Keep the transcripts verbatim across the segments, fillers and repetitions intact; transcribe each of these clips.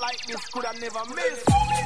like this could I never miss.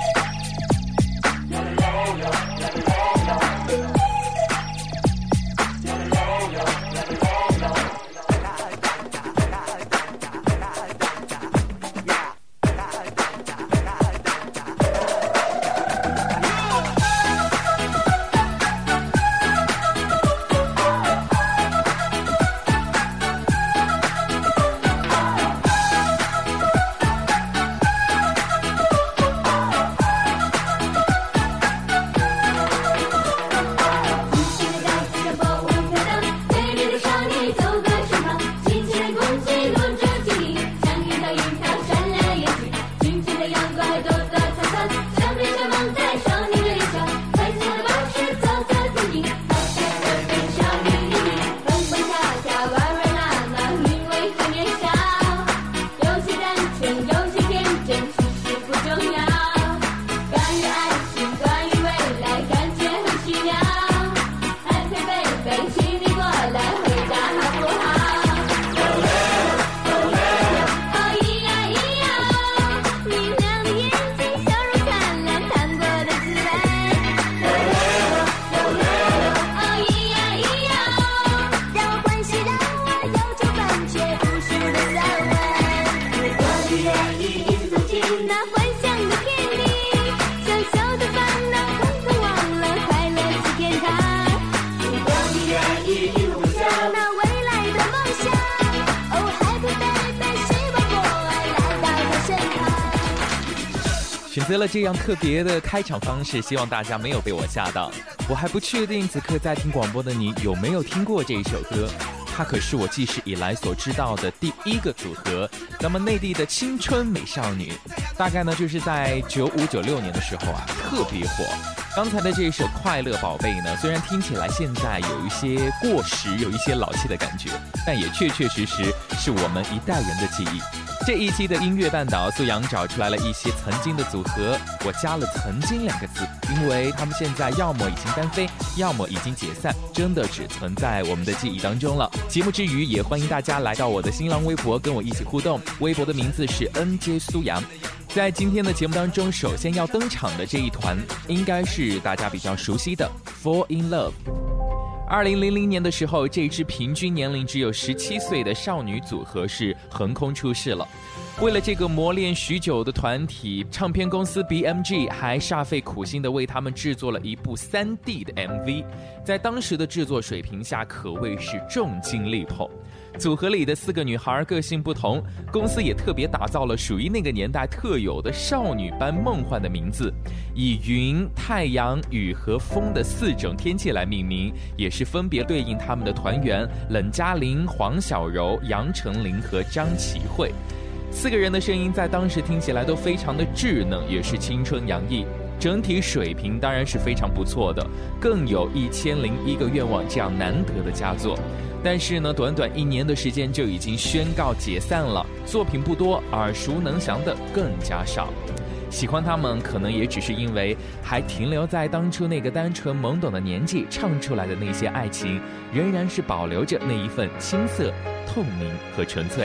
选择了这样特别的开场方式，希望大家没有被我吓到。我还不确定此刻在听广播的你有没有听过这一首歌，它可是我记事以来所知道的第一个组合，那么内地的青春美少女，大概呢就是在九五九六年的时候啊特别火。刚才的这一首快乐宝贝呢，虽然听起来现在有一些过时，有一些老气的感觉，但也确确实实是我们一代人的记忆。这一期的音乐半岛，苏阳找出来了一些曾经的组合，我加了曾经两个字，因为他们现在要么已经单飞，要么已经解散，真的只存在我们的记忆当中了。节目之余也欢迎大家来到我的新浪微博跟我一起互动，微博的名字是 N J 苏阳。在今天的节目当中，首先要登场的这一团应该是大家比较熟悉的 Fall in Love。二零零零年的时候，这支平均年龄只有十七岁的少女组合是横空出世了。为了这个磨练许久的团体，唱片公司 B M G 还煞费苦心地为他们制作了一部 三 D 的 M V， 在当时的制作水平下可谓是重金力捧。组合里的四个女孩个性不同，公司也特别打造了属于那个年代特有的少女般梦幻的名字，以云、太阳、雨和风的四种天气来命名，也是分别对应他们的团员冷嘉玲、黄小柔、杨丞琳和张启慧。四个人的声音在当时听起来都非常的稚嫩，也是青春洋溢，整体水平当然是非常不错的，更有一千零一个愿望这样难得的佳作。但是呢，短短一年的时间就已经宣告解散了，作品不多，耳熟能详的更加少。喜欢他们可能也只是因为还停留在当初那个单纯懵懂的年纪，唱出来的那些爱情仍然是保留着那一份青涩、透明和纯粹。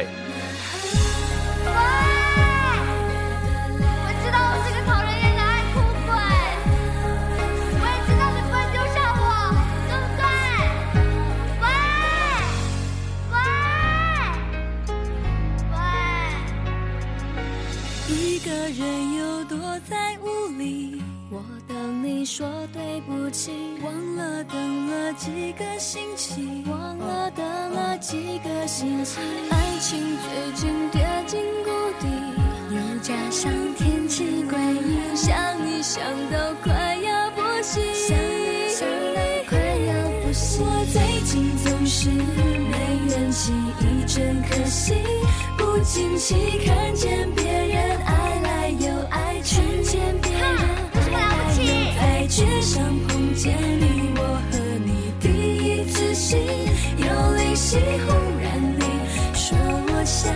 人又躲在屋里，我等你说对不起，忘了等了几个星期，忘了等了几个星期，爱情最近跌进谷底，又加上天气诡异，想一想都快要不行，想一想都快要不行。我最近总是没元气，一阵可惜，不经意看见别人爱来又爱去，看见别人爱来又爱，街上碰见你，我和你第一次心有灵犀，忽然你说我想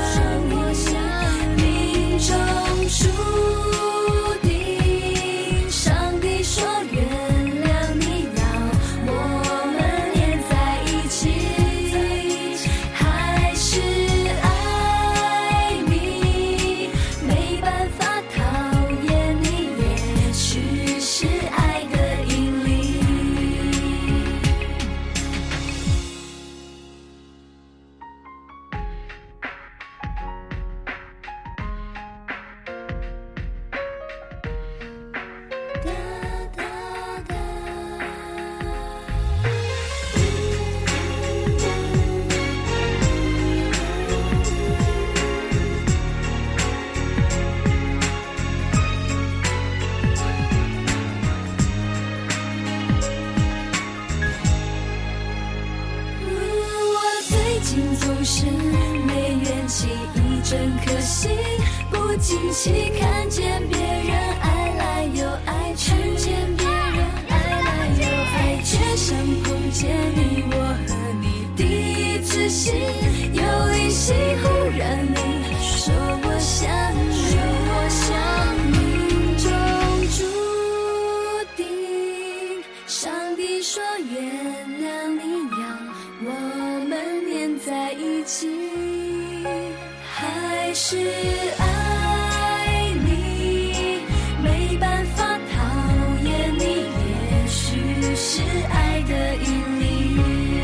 你，命中注定，上帝说原谅你，让我们连在一起，还是爱你。 惊奇，看见别人爱来又爱去，看见别人爱来又爱去，像碰见你我和你第一次心有灵犀，忽然你说我想你，说我想你，命中注定，上帝说原谅你，让我们黏在一起，还是爱你，没办法讨厌你，也许是爱的引力，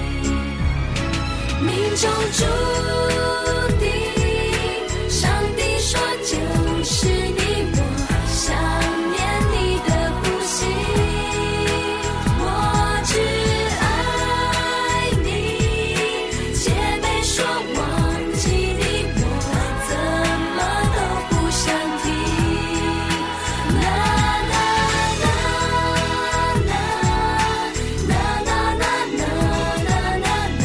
命中注定，上帝说就是你，我想念你的呼吸，我只爱你，姐妹说忘记你，我怎么都不想提，啦啦啦啦啦啦啦啦啦啦啦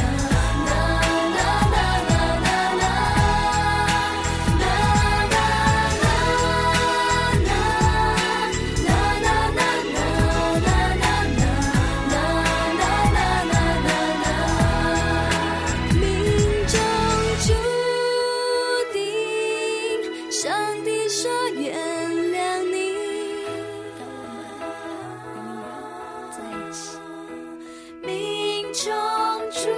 命中注定，上帝说原谅你，让我们永远在一起，命中注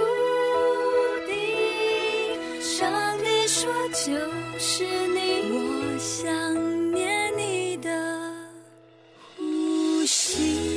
定，上帝说就是你，我想念你的呼吸。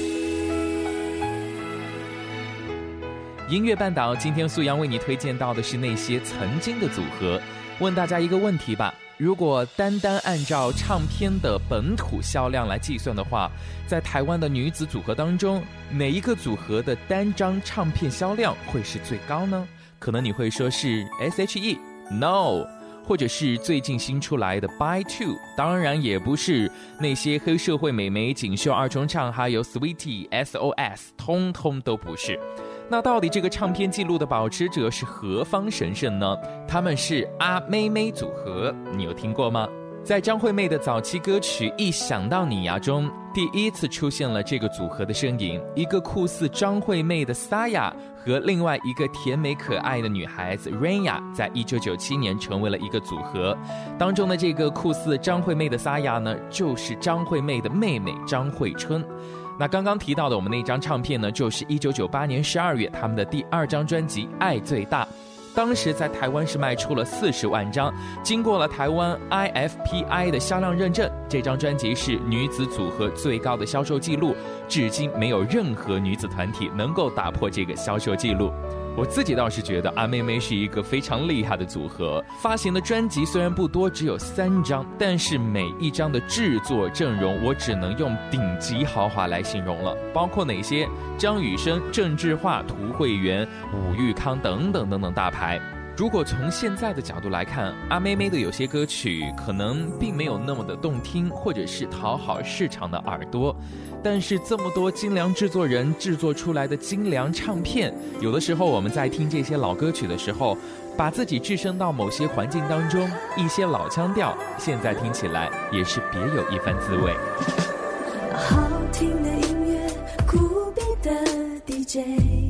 音乐半岛，今天素阳为你推荐到的是那些曾经的组合。问大家一个问题吧，如果单单按照唱片的本土销量来计算的话，在台湾的女子组合当中，哪一个组合的单张唱片销量会是最高呢？可能你会说是 S H E No， 或者是最近新出来的 By Two， 当然也不是那些黑社会美眉锦绣二重唱还有 Sweetie S O S， 通通都不是。那到底这个唱片记录的保持者是何方神圣呢？他们是阿妹妹组合，你有听过吗？在张惠妹的早期歌曲《一想到你呀》中，第一次出现了这个组合的身影，一个酷似张惠妹的 Saya 和另外一个甜美可爱的女孩子 Raya， 在一九九七年成为了一个组合。当中的这个酷似张惠妹的 Saya 呢，就是张惠妹的妹妹张惠春。那刚刚提到的我们那张唱片呢，就是一九九八年十二月他们的第二张专辑《爱最大》，当时在台湾是卖出了四十万张，经过了台湾 I F P I 的销量认证，这张专辑是女子组合最高的销售记录，至今没有任何女子团体能够打破这个销售记录。我自己倒是觉得阿妹妹是一个非常厉害的组合，发行的专辑虽然不多，只有三张，但是每一张的制作阵容我只能用顶级豪华来形容了，包括哪些？张雨生、郑智化、涂慧源、伍玉康等等等等大牌。如果从现在的角度来看，阿妹妹的有些歌曲可能并没有那么的动听，或者是讨好市场的耳朵，但是这么多精良制作人制作出来的精良唱片，有的时候我们在听这些老歌曲的时候，把自己置身到某些环境当中，一些老腔调现在听起来也是别有一番滋味。 好听的音乐，酷比的 D J，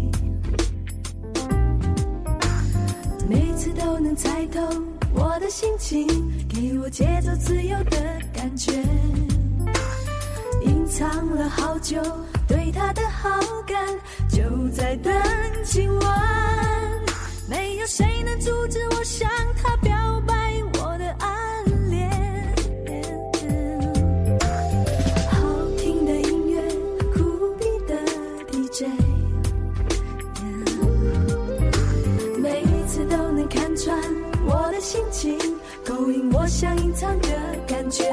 每次都能猜透我的心情，给我节奏自由的感觉，隐藏了好久对他的好感，就在等今晚，没有谁能阻止我向他表白我的暗恋。好听的音乐，酷比的 D J， 每一次都能看穿我的心情，勾引我想隐藏的感觉，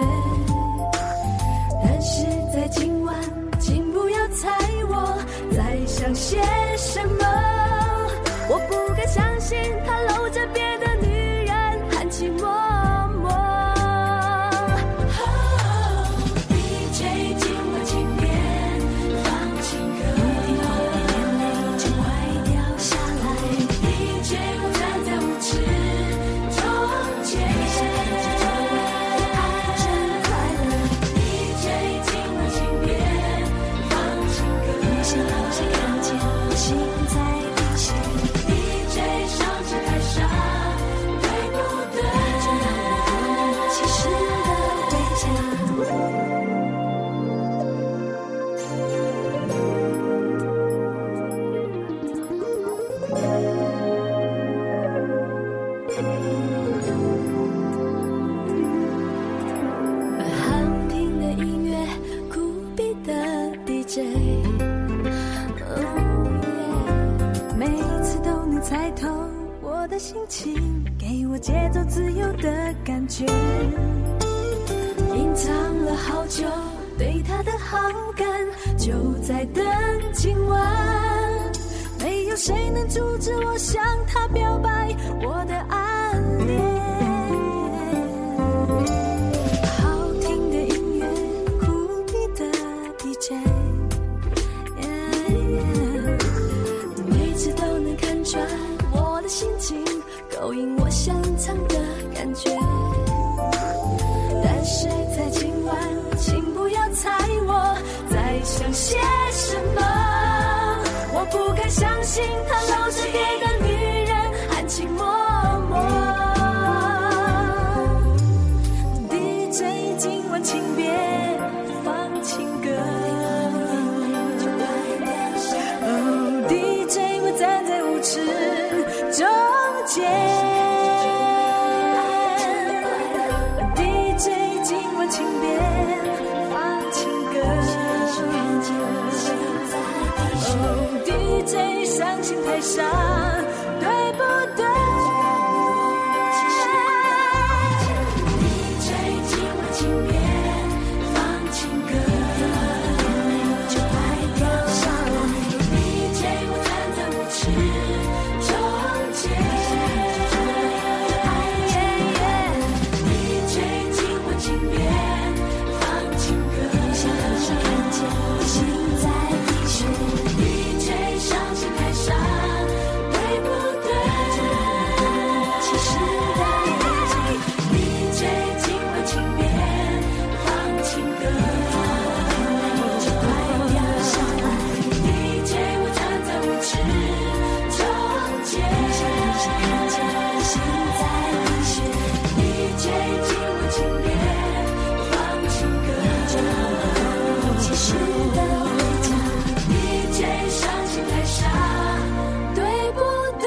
但是在今晚请不要猜我在想些什么，我不敢相信他搂着别的女人含情脉脉。D J 今晚请别放情歌，听后的眼泪就快掉下来。D J 我站在舞池中间，你是看着周围的爱自由的感觉，隐藏了好久对他的好感，就在等今晚，没有谁能阻止我向他表白我的暗恋。好听的音乐，酷毙的 D J， 每次都能看穿我的心情，勾引我想藏的感觉。但是在今晚，请不要猜我在想些什么，我不敢相信他老是别的女人含情脉脉。 D J 今晚请别放情歌，哦 D J 我站在舞池中间， D J 今晚请别放情歌，哦 D J 伤心台上对不对？ D J 今晚请别放情歌，就快掉下来。 D J 我站在舞池中间， D J 今晚请别放情歌，想和谁看见心在滴血。 D J 伤心台上对不对？其实的 D J 今晚请别放情歌，就快掉下来。 D J 我站在舞池中间，想和谁看见心在滴血。 D J 今晚请别放情歌，其实的 D J 伤心台上对不对？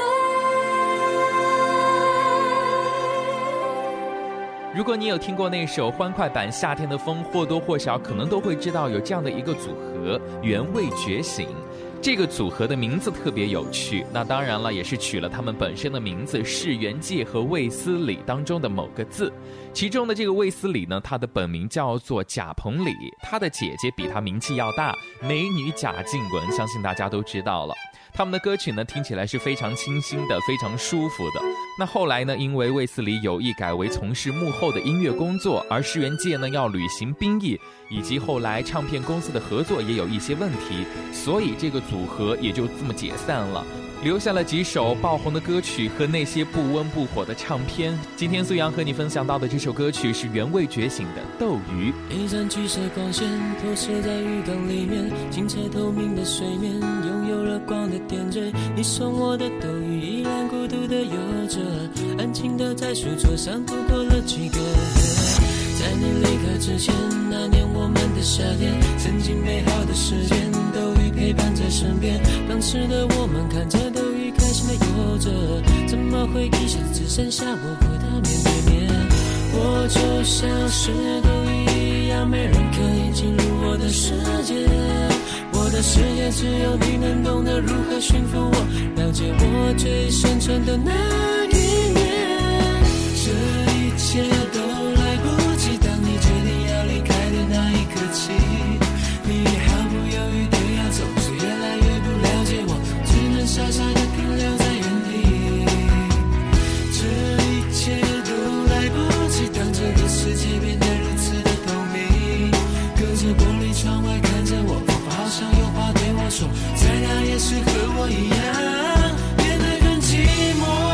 如果你有听过那首欢快版《夏天的风》，或多或少可能都会知道有这样的一个组合——原味觉醒。这个组合的名字特别有趣，那当然了，也是取了他们本身的名字世元界和卫斯理当中的某个字。其中的这个卫斯理呢，他的本名叫做贾鹏理，他的姐姐比他名气要大，美女贾静雯，相信大家都知道了。他们的歌曲呢，听起来是非常清新的，非常舒服的。那后来呢，因为卫斯理有意改为从事幕后的音乐工作，而世元界呢要履行兵役，以及后来唱片公司的合作也有一些问题，所以这个组合也就这么解散了，留下了几首爆红的歌曲和那些不温不火的唱片。今天苏阳和你分享到的这首歌曲是原味觉醒的《斗鱼》。 一盏橘色光线投射在浴缸里面，清澈透明的水面拥有了光的点缀。你送我的斗鱼依然孤独的游着，安静的在书桌上度过了几个月。在你离开之前，那年我们的夏天，曾经美好的时间，斗鱼陪伴在身边。当时的我们看着斗鱼开心的游着，怎么会一下子只剩下我和他面对面？我就像是斗鱼一样，没人可以进入我的世界。我的世界只有你能懂得如何驯服我，了解我最深沉的那一面。这一切都来不及，当你决定要离开的那一刻起，你毫不犹豫的要走，是越来越不了解我，只能傻傻的停留在原地。这一切都来不及，当这个世界变得如此的透明，隔着玻璃窗外看着我，仿佛好像有话对我说，在那也是和我一样变得更寂寞。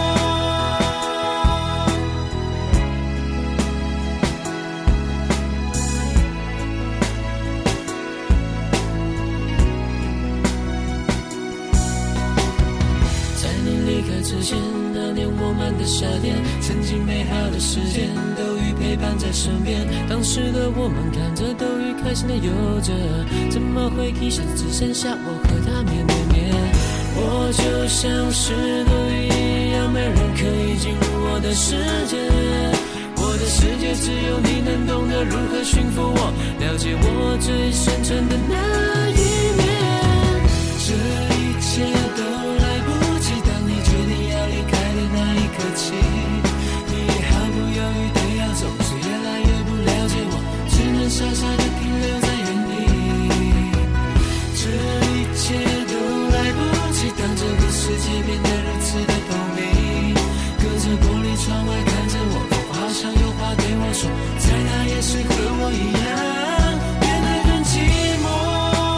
之前那年我们的夏天，曾经美好的时间，斗鱼陪伴在身边。当时的我们看着斗鱼开心的游着，怎么会一下子只剩下我和他面对面？我就像是斗鱼一样，没人可以进入我的世界。我的世界只有你能懂得如何驯服我，了解我最深沉的那一面。这一切都来不及，当你决定要离开的那一刻起，你毫不傻傻的停留在原地。这一切都来不及，当这个世界变得如此的透明，隔着玻璃窗外看着我，仿佛好像有话对我说，猜他也是和我一样变得更寂寞。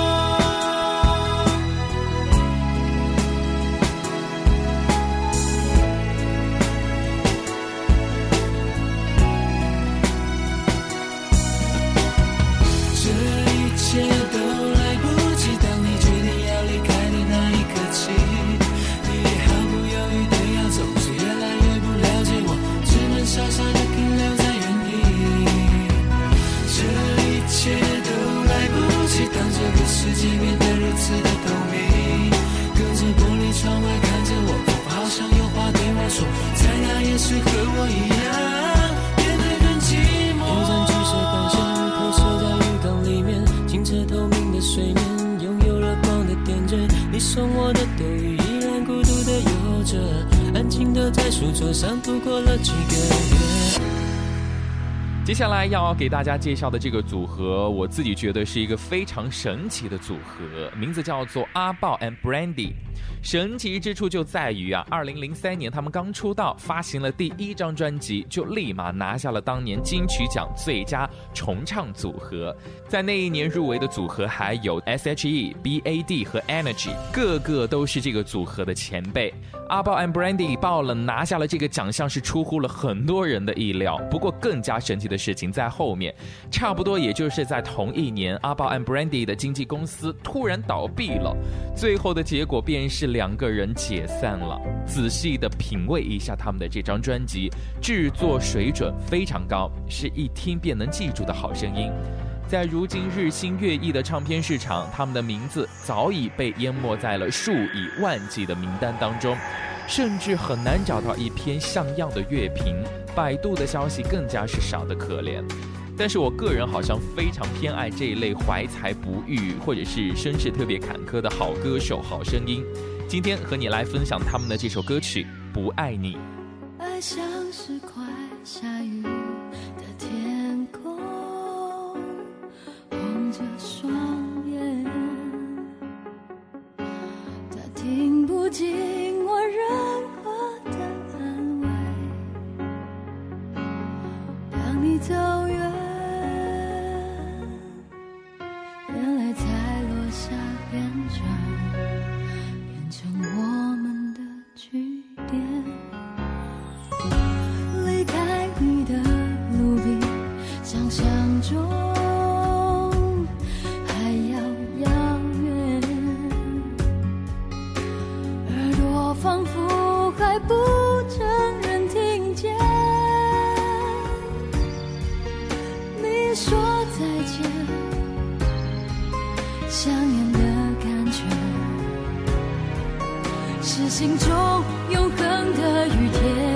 这一切都来不及，当你决定要离开的那一刻起，你也毫不犹豫的要走，是越来越不了解我，只能傻傻的停留在原地。这一切都来不及，当这个世界变得如此的透明，隔着玻璃窗外看着我，仿佛好像有话对我说，猜他也是和我一样变得更寂寞。一盏橘色光线投射在浴缸里面，清澈透明的水面，拥有了光的点缀，你送我的斗鱼依然孤独的游着，安静的在书桌上度过了几个月。 接下来要给大家介绍的这个组合，我自己觉得是一个非常神奇的组合，名字叫做阿豹 and Brandy。 神奇之处就在于啊，二零零三年他们刚出道，发行了第一张专辑，就立马拿下了当年金曲奖最佳重唱组合。在那一年入围的组合还有 S H E、B A D 和 Energy， 个个都是这个组合的前辈。阿豹 and Brandy 爆了拿下了这个奖项，是出乎了很多人的意料。不过更加神奇的事情在后面，差不多也就是在同一年，阿豹 and Brandy 的经纪公司突然倒闭了，最后的结果便是两个人解散了。仔细的品味一下他们的这张专辑，制作水准非常高，是一听便能记住的好声音。在如今日新月异的唱片市场，他们的名字早已被淹没在了数以万计的名单当中，甚至很难找到一篇像样的乐评，百度的消息更加是少得可怜。但是我个人好像非常偏爱这一类怀才不遇或者是身世特别坎坷的好歌手好声音。今天和你来分享他们的这首歌曲《不爱你》。 爱像是快下雨的天空，红着双眼，它听不进我任何的安慰。当你走远，眼泪才落下边角，变成我们的句点。离开你的路比想象中还要遥远，耳朵仿佛还不承认听见你说再见，想念的感觉是心中永恒的雨天。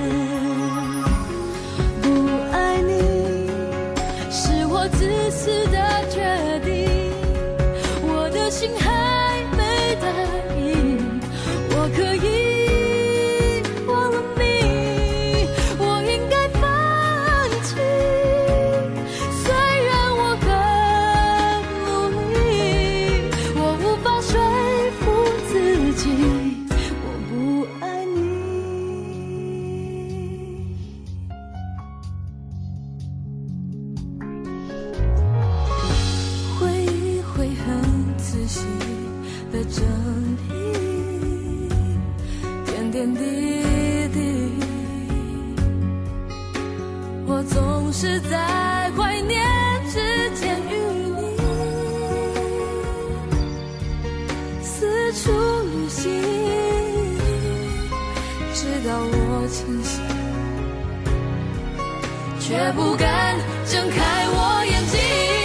自私的决定，我的心还没答应，我可以忘了你，我应该放弃。虽然我很努力，我无法说服自己我不爱你。仔细的整理点点滴滴，我总是在怀念之间与你四处旅行，直到我清醒，却不敢睁开我眼睛。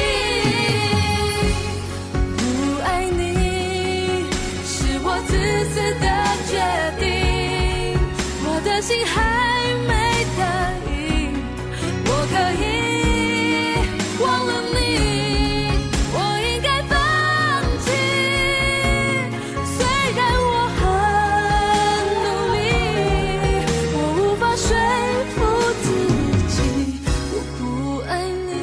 心还没答应，我可以忘了你，我应该放弃。虽然我很努力，我无法说服自己我不爱你。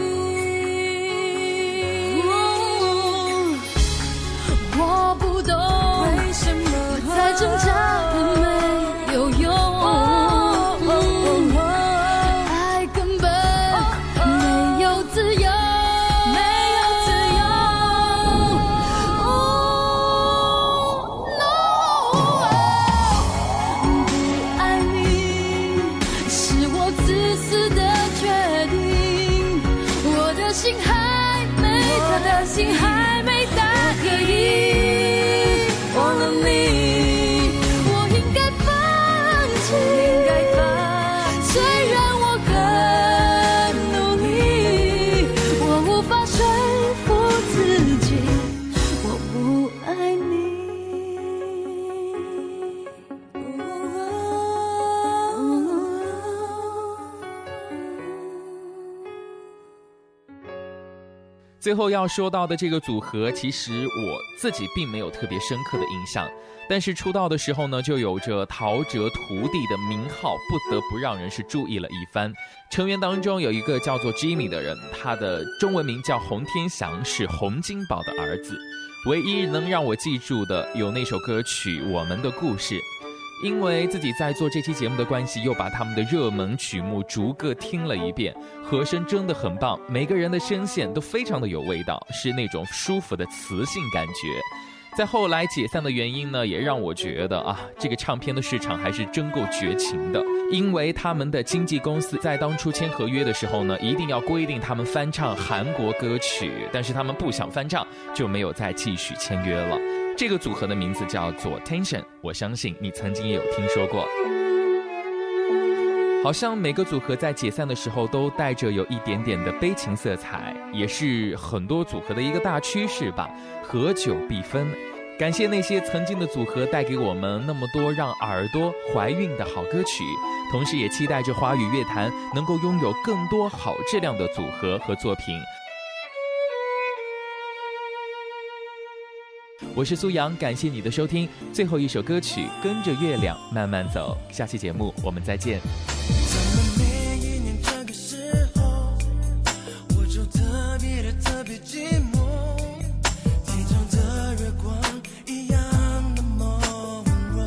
心还没我的心还没大可以忘了你，我应该放弃，虽然我很努力，我无法说服自己我不爱你。 最后要说到的这个组合，其实我自己并没有特别深刻的印象，但是出道的时候呢，就有着陶喆徒弟的名号，不得不让人是注意了一番。成员当中有一个叫做 Jimmy 的人，他的中文名叫洪天祥，是洪金宝的儿子。唯一能让我记住的有那首歌曲《我们的故事》，因为自己在做这期节目的关系，又把他们的热门曲目逐个听了一遍，和声真的很棒，每个人的声线都非常的有味道，是那种舒服的磁性感觉。在后来解散的原因呢，也让我觉得啊，这个唱片的市场还是真够绝情的，因为他们的经纪公司在当初签合约的时候呢，一定要规定他们翻唱韩国歌曲，但是他们不想翻唱，就没有再继续签约了。这个组合的名字叫做 Tension， 我相信你曾经也有听说过。好像每个组合在解散的时候都带着有一点点的悲情色彩，也是很多组合的一个大趋势吧，合久必分。感谢那些曾经的组合带给我们那么多让耳朵怀孕的好歌曲，同时也期待着华语乐坛能够拥有更多好质量的组合和作品。我是苏阳，感谢你的收听。最后一首歌曲《跟着月亮慢慢走》，下期节目我们再见。 怎么每一年这个时候，我就特别的特别寂寞，天上的月光一样的朦胧，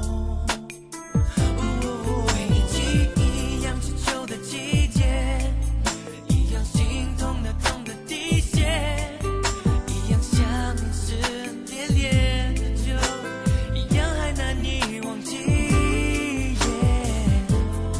回忆起一样持久的季节，一样心痛的痛的底线，一样想念是恋恋的酒，一样还难以忘记。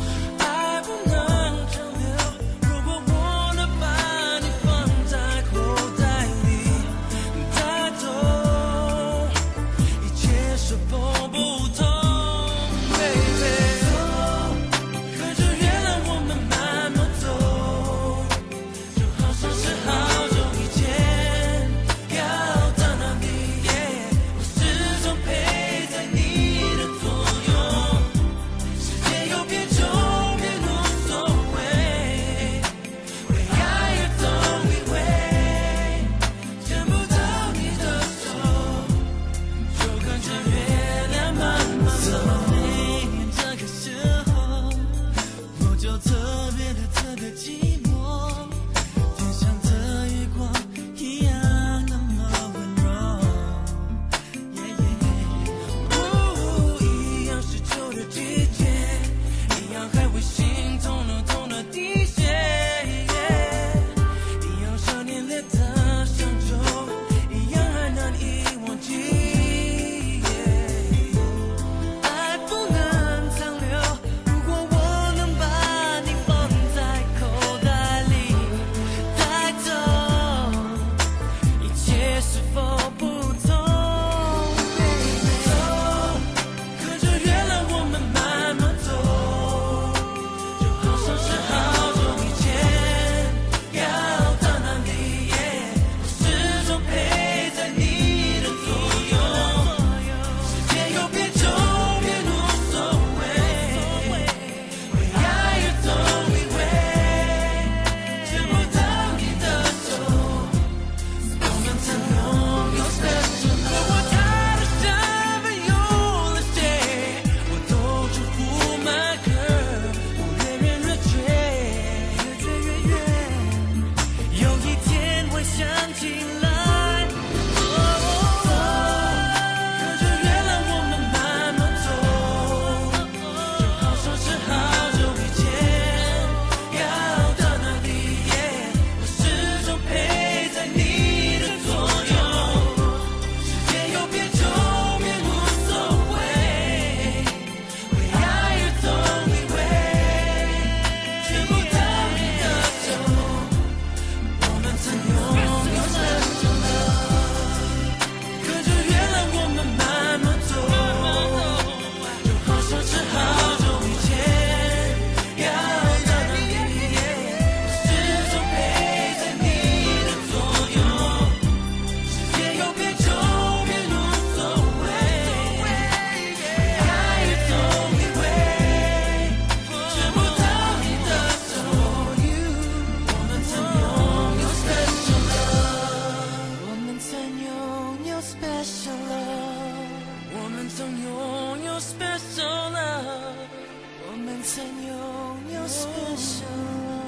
special love，我们曾拥有 special love。